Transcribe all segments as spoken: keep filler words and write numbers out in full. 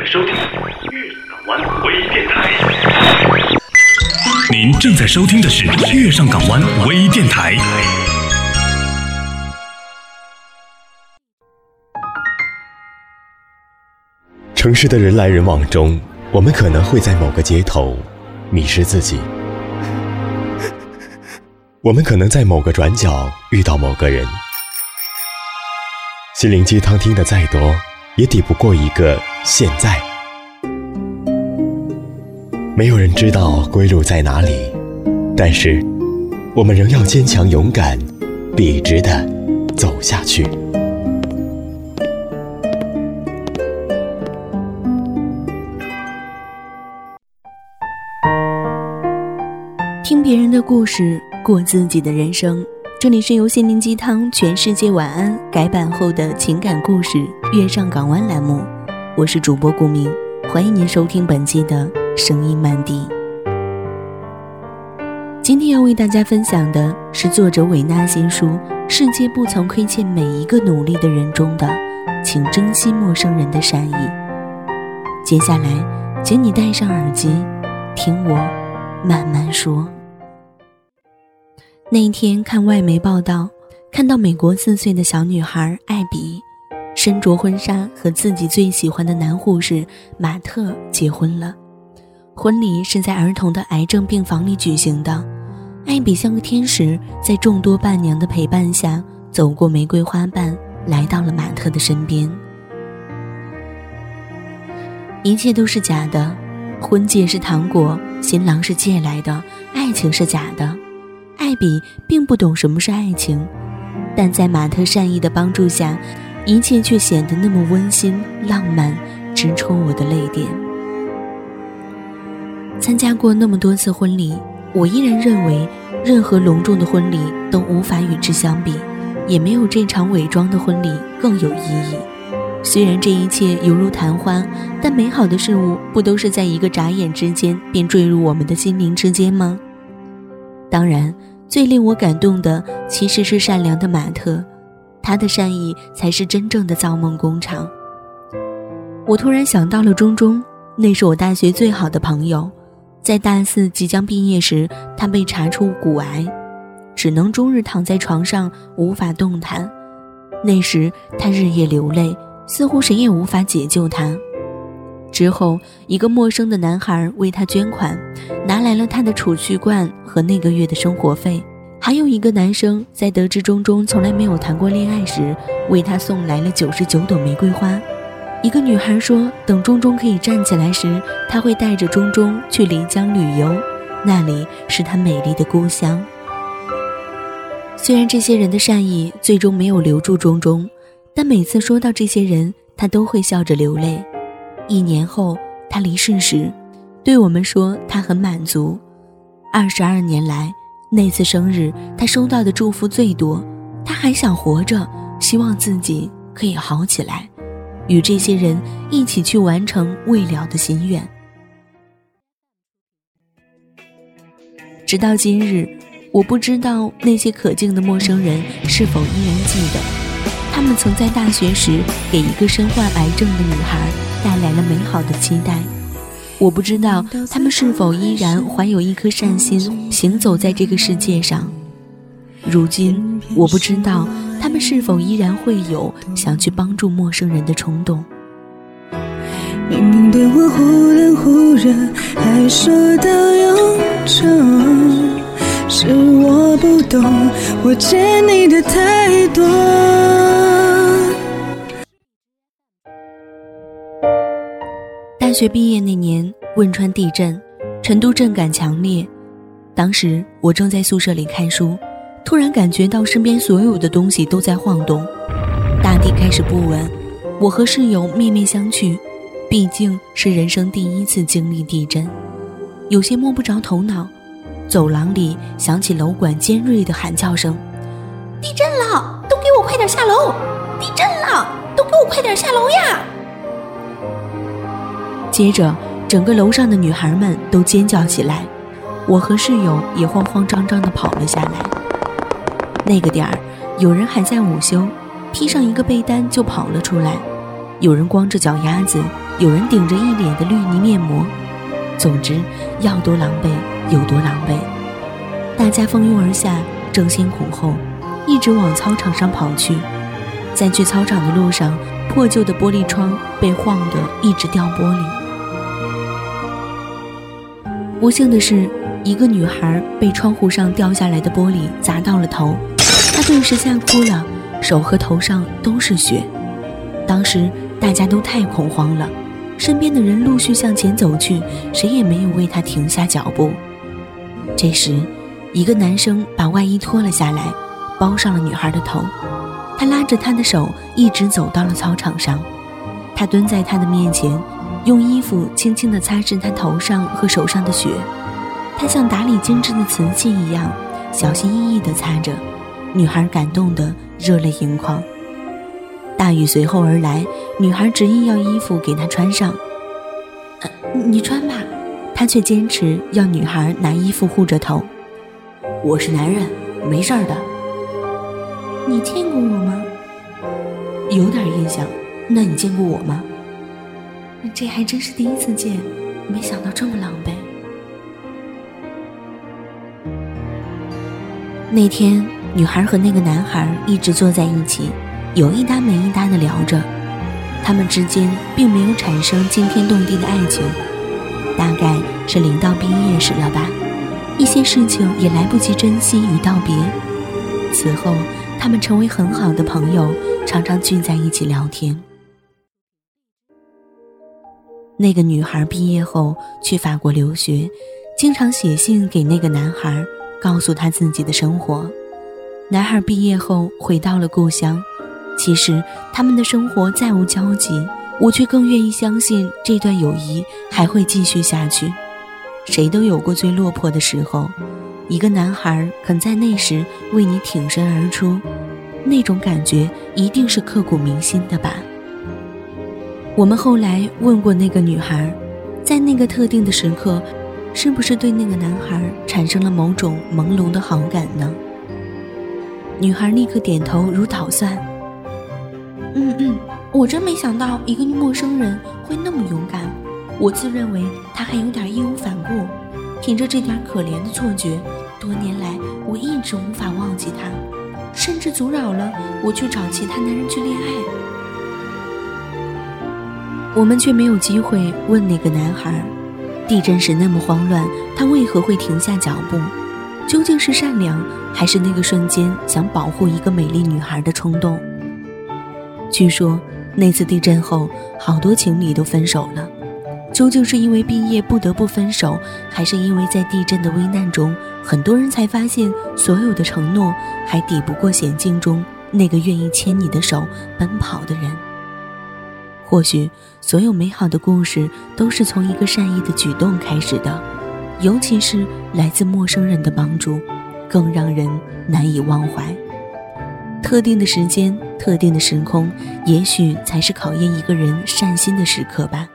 在收听粤港湾微电台。 您正在收听的是粤上港湾微电台。 城市的人来人往中，我们可能会在某个街头迷失自己，我们可能在某个转角遇到某个人。心灵鸡汤听得再多，也抵不过一个现在。没有人知道归路在哪里，但是我们仍要坚强勇敢，笔直地走下去。 听别人的故事，过自己的人生。这里是由心灵鸡汤全世界晚安改版后的情感故事粤上港湾栏目，我是主播顾明，欢迎您收听本期的声音漫递。今天要为大家分享的是作者韦纳新书《世界不曾亏欠每一个努力的人》中的请珍惜陌生人的善意。接下来请你戴上耳机，听我慢慢说。那一天看外媒报道，看到美国四岁的小女孩艾比身着婚纱和自己最喜欢的男护士马特结婚了。婚礼是在儿童的癌症病房里举行的，艾比像个天使，在众多伴娘的陪伴下走过玫瑰花瓣，来到了马特的身边。一切都是假的，婚戒是糖果，新郎是借来的，爱情是假的。艾比并不懂什么是爱情，但在马特善意的帮助下，一切却显得那么温馨浪漫，直戳我的泪点。参加过那么多次婚礼，我依然认为任何隆重的婚礼都无法与之相比，也没有这场伪装的婚礼更有意义。虽然这一切犹如昙花，但美好的事物不都是在一个眨眼之间便坠入我们的心灵之间吗？当然，最令我感动的其实是善良的马特，他的善意才是真正的造梦工厂。我突然想到了钟钟，那是我大学最好的朋友，在大四即将毕业时，他被查出骨癌，只能终日躺在床上无法动弹。那时他日夜流泪，似乎谁也无法解救他。之后一个陌生的男孩为他捐款，拿来了他的储蓄罐和那个月的生活费。还有一个男生在得知钟钟从来没有谈过恋爱时，为他送来了九十九朵玫瑰花。一个女孩说，等钟钟可以站起来时，她会带着钟钟去漓江旅游，那里是她美丽的故乡。虽然这些人的善意最终没有留住钟钟，但每次说到这些人，他都会笑着流泪。一年后他离世时，对我们说他很满足。二十二年来，那次生日他收到的祝福最多，他还想活着，希望自己可以好起来，与这些人一起去完成未了的心愿。直到今日，我不知道那些可敬的陌生人是否依然记得，他们曾在大学时给一个身患癌症的女孩带来了美好的期待。我不知道他们是否依然怀有一颗善心，行走在这个世界上。如今我不知道他们是否依然会有想去帮助陌生人的冲动。 明明对我忽冷忽热，还说到永久，是我不懂，我欠你的太多。 大学毕业那年，汶川地震，成都震感强烈。当时我正在宿舍里看书，突然感觉到身边所有的东西都在晃动，大地开始不稳。我和室友面面相觑，毕竟是人生第一次经历地震，有些摸不着头脑。走廊里响起楼管尖锐的喊叫声：地震了，都给我快点下楼！地震了，都给我快点下楼呀！接着整个楼上的女孩们都尖叫起来，我和室友也慌慌张张地跑了下来。那个点儿，有人还在午休，披上一个被单就跑了出来， 有人光着脚丫子，有人顶着一脸的绿泥面膜。总之，要多狼狈有多狼狈。大家蜂拥而下，争先恐后，一直往操场上跑去。在去操场的路上，破旧的玻璃窗被晃得一直掉玻璃。不幸的是，一个女孩被窗户上掉下来的玻璃砸到了头，她顿时吓哭了，手和头上都是血。当时大家都太恐慌了，身边的人陆续向前走去，谁也没有为她停下脚步。这时，一个男生把外衣脱了下来，包上了女孩的头。他拉着她的手一直走到了操场上，他蹲在她的面前，用衣服轻轻地擦拭她头上和手上的血。他像打理精致的瓷器一样，小心翼翼地擦着。女孩感动得热泪盈眶。大雨随后而来，女孩执意要衣服给他穿上。呃，你穿吧。他却坚持要女孩拿衣服护着头。我是男人，没事的。你见过我吗？有点印象。那你见过我吗？这还真是第一次见，没想到这么狼狈。那天，女孩和那个男孩一直坐在一起，有一搭没一搭地聊着。他们之间并没有产生惊天动地的爱情，大概是临到毕业时了吧，一些事情也来不及珍惜与道别。此后，他们成为很好的朋友，常常聚在一起聊天。那个女孩毕业后去法国留学，经常写信给那个男孩，告诉他自己的生活。男孩毕业后回到了故乡，其实他们的生活再无交集，我却更愿意相信这段友谊还会继续下去。谁都有过最落魄的时候，一个男孩肯在那时为你挺身而出，那种感觉一定是刻骨铭心的吧。我们后来问过那个女孩，在那个特定的时刻，是不是对那个男孩产生了某种朦胧的好感呢？女孩立刻点头如捣蒜。嗯嗯，我真没想到一个陌生人会那么勇敢。我自认为他还有点义无反顾，凭着这点可怜的错觉，多年来我一直无法忘记他，甚至阻扰了我去找其他男人去恋爱。我们却没有机会问那个男孩，地震时那么慌乱，他为何会停下脚步？究竟是善良，还是那个瞬间想保护一个美丽女孩的冲动？据说那次地震后，好多情侣都分手了。究竟是因为毕业不得不分手，还是因为在地震的危难中，很多人才发现所有的承诺还抵不过险境中那个愿意牵你的手奔跑的人？或许所有美好的故事都是从一个善意的举动开始的，尤其是来自陌生人的帮助，更让人难以忘怀。特定的时间，特定的时空，也许才是考验一个人善心的时刻吧。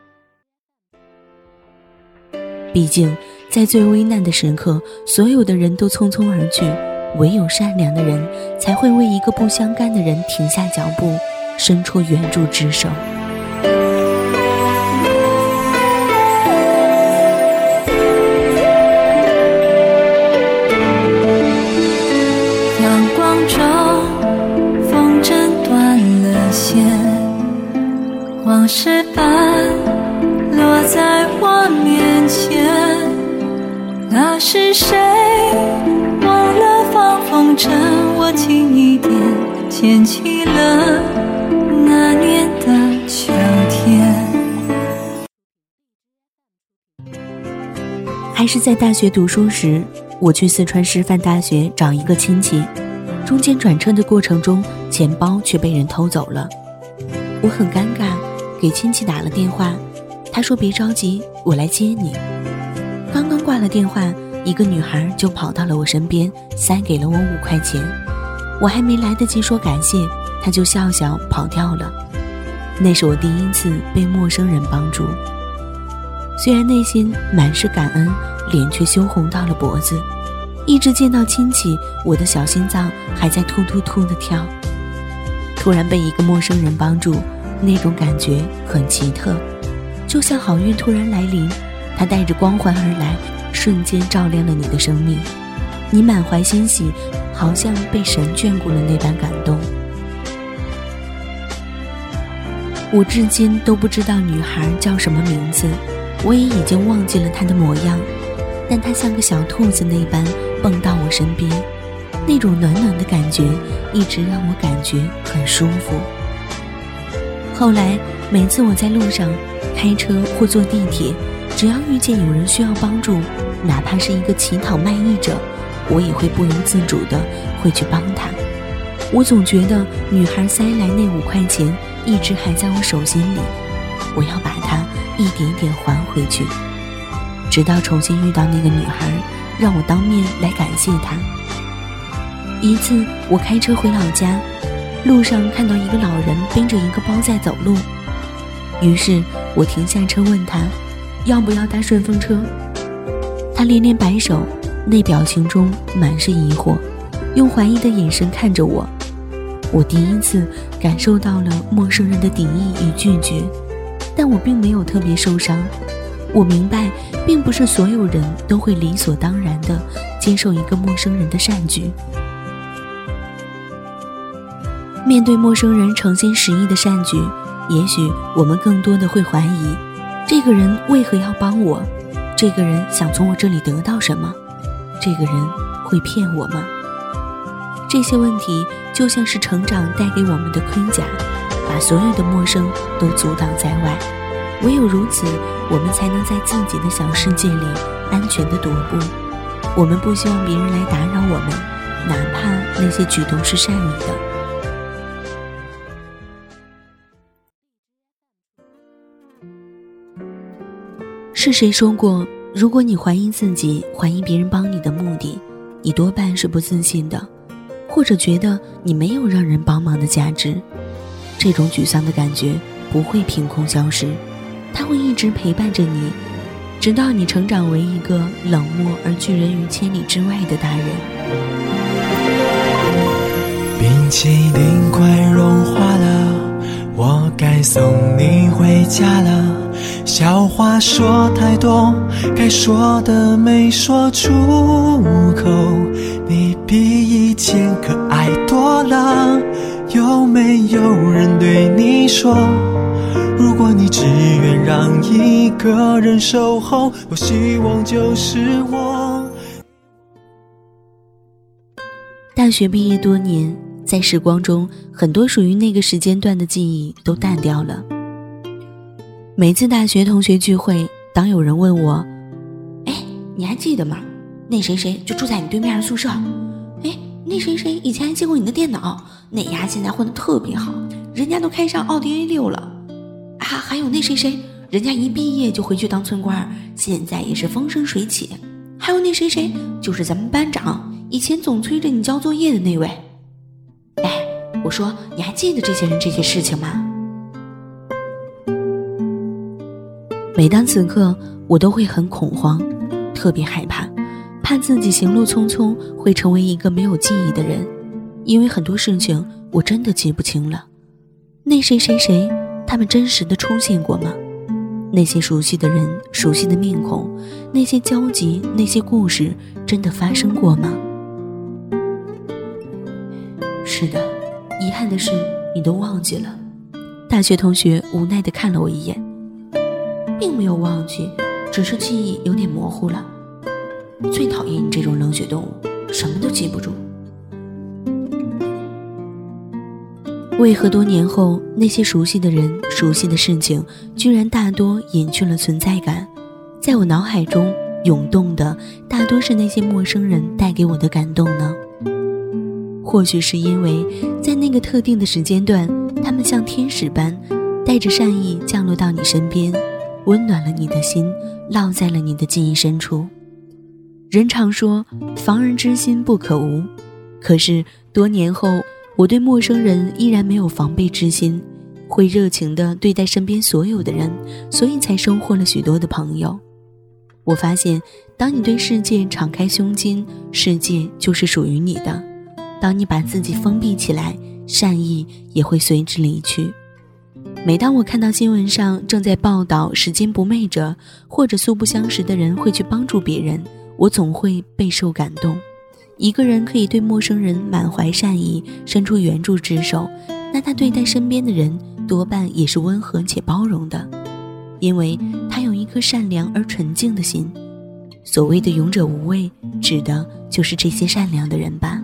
毕竟在最危难的时刻，所有的人都匆匆而去，唯有善良的人才会为一个不相干的人停下脚步，伸出援助之手。 阳光中，风筝断了线，往事般落在我面前。那是谁忘了放风筝？我轻一点牵起了那年的秋天。 还是在大学读书时，我去四川师范大学找一个亲戚，中间转车的过程中，钱包却被人偷走了。我很尴尬，给亲戚打了电话，他说别着急，我来接你。刚刚挂了电话，一个女孩就跑到了我身边，塞给了我五块钱。我还没来得及说感谢，她就笑笑跑掉了。那是我第一次被陌生人帮助，虽然内心满是感恩，脸却羞红到了脖子。一直见到亲戚，我的小心脏还在突突突地跳。突然被一个陌生人帮助， 那种感觉很奇特，就像好运突然来临，它带着光环而来，瞬间照亮了你的生命，你满怀欣喜，好像被神眷顾了那般感动。我至今都不知道女孩叫什么名字，我也已经忘记了她的模样，但她像个小兔子那般蹦到我身边，那种暖暖的感觉一直让我感觉很舒服。后来每次我在路上开车或坐地铁，只要遇见有人需要帮助，哪怕是一个乞讨卖艺者，我也会不由自主的会去帮他。我总觉得女孩塞来那五块钱一直还在我手心里，我要把它一点点还回去，直到重新遇到那个女孩，让我当面来感谢她。一次我开车回老家，路上看到一个老人背着一个包在走路，于是我停下车问他要不要搭顺风车。他连连摆手，那表情中满是疑惑，用怀疑的眼神看着我。我第一次感受到了陌生人的敌意与拒绝，但我并没有特别受伤。我明白，并不是所有人都会理所当然地接受一个陌生人的善举。面对陌生人诚心实意的善举，也许我们更多的会怀疑，这个人为何要帮我？这个人想从我这里得到什么？这个人会骗我吗？这些问题就像是成长带给我们的盔甲，把所有的陌生都阻挡在外。唯有如此，我们才能在自己的小世界里安全地踱步。我们不希望别人来打扰我们，哪怕那些举动是善意的。是谁说过，如果你怀疑自己，怀疑别人帮你的目的，你多半是不自信的，或者觉得你没有让人帮忙的价值。这种沮丧的感觉不会凭空消失，它会一直陪伴着你，直到你成长为一个冷漠而拒人于千里之外的大人。 冰淇淋快融化了，我该送你回家了。笑话说太多，该说的没说出口。你比以前可爱多了，有没有人对你说，如果你只愿让一个人守候，多希望就是我。 大学毕业多年，在时光中，很多属于那个时间段的记忆都淡掉了。每次大学同学聚会，当有人问我，哎，你还记得吗？那谁谁就住在你对面的宿舍。哎，那谁谁以前还借过你的电脑，那丫现在混得特别好，人家都开上奥迪 A 六了。啊，还有那谁谁，人家一毕业就回去当村官，现在也是风生水起。还有那谁谁，就是咱们班长，以前总催着你交作业的那位。哎，我说你还记得这些人这些事情吗？每当此刻，我都会很恐慌，特别害怕，怕自己行路匆匆会成为一个没有记忆的人，因为很多事情我真的记不清了。那谁谁谁，他们真实的出现过吗？那些熟悉的人，熟悉的面孔，那些交集，那些故事，真的发生过吗？是的，遗憾的是，你都忘记了。大学同学无奈地看了我一眼，并没有忘记，只是记忆有点模糊了。最讨厌你这种冷血动物，什么都记不住。为何多年后，那些熟悉的人、熟悉的事情，居然大多隐去了存在感？在我脑海中涌动的，大多是那些陌生人带给我的感动呢？或许是因为在那个特定的时间段，他们像天使般带着善意降落到你身边，温暖了你的心，烙在了你的记忆深处。人常说防人之心不可无，可是多年后，我对陌生人依然没有防备之心，会热情地对待身边所有的人，所以才收获了许多的朋友。我发现，当你对世界敞开胸襟，世界就是属于你的。当你把自己封闭起来，善意也会随之离去。 每当我看到新闻上正在报道拾金不昧者或者素不相识的人会去帮助别人，我总会备受感动。一个人可以对陌生人满怀善意，伸出援助之手，那他对待身边的人多半也是温和且包容的，因为他有一颗善良而纯净的心。所谓的勇者无畏，指的就是这些善良的人吧。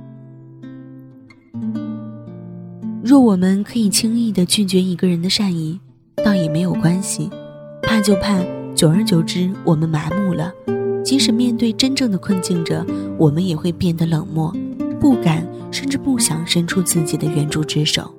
若我们可以轻易地拒绝一个人的善意，倒也没有关系，怕就怕久而久之我们麻木了，即使面对真正的困境者，我们也会变得冷漠，不敢甚至不想伸出自己的援助之手。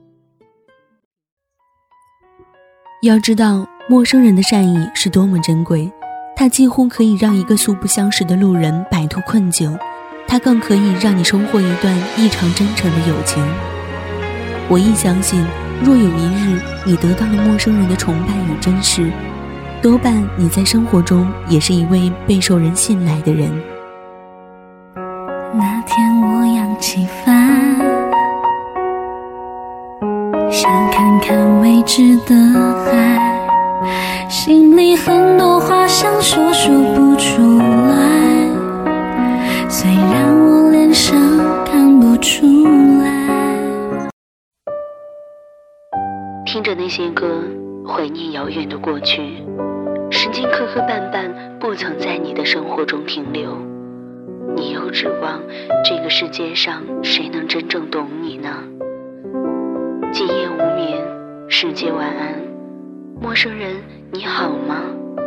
要知道，陌生人的善意是多么珍贵，它几乎可以让一个素不相识的路人摆脱困境，它更可以让你收获一段异常真诚的友情。我亦相信，若有一日你得到了陌生人的崇拜与珍视，多半你在生活中也是一位备受人信赖的人。 那天我扬起帆，想看看未知的海，心里很多话想说说不出来，虽然我脸上看不出来。 听着那些歌，怀念遥远的过去，时间磕磕绊绊，不曾在你的生活中停留。你又指望这个世界上谁能真正懂你呢？今夜无眠，世界晚安，陌生人你好吗？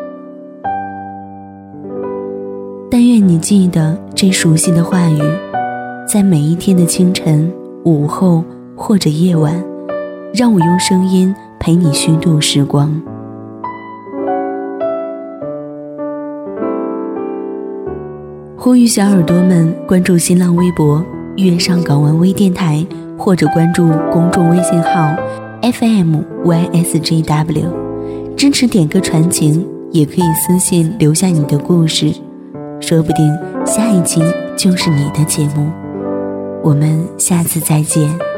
但愿你记得这熟悉的话语，在每一天的清晨、午后或者夜晚，让我用声音陪你虚度时光。呼吁小耳朵们关注新浪微博粤上港湾微电台，或者关注公众微信号 F M Y S J W， 支持点歌传情，也可以私信留下你的故事，说不定下一期就是你的节目。我们下次再见。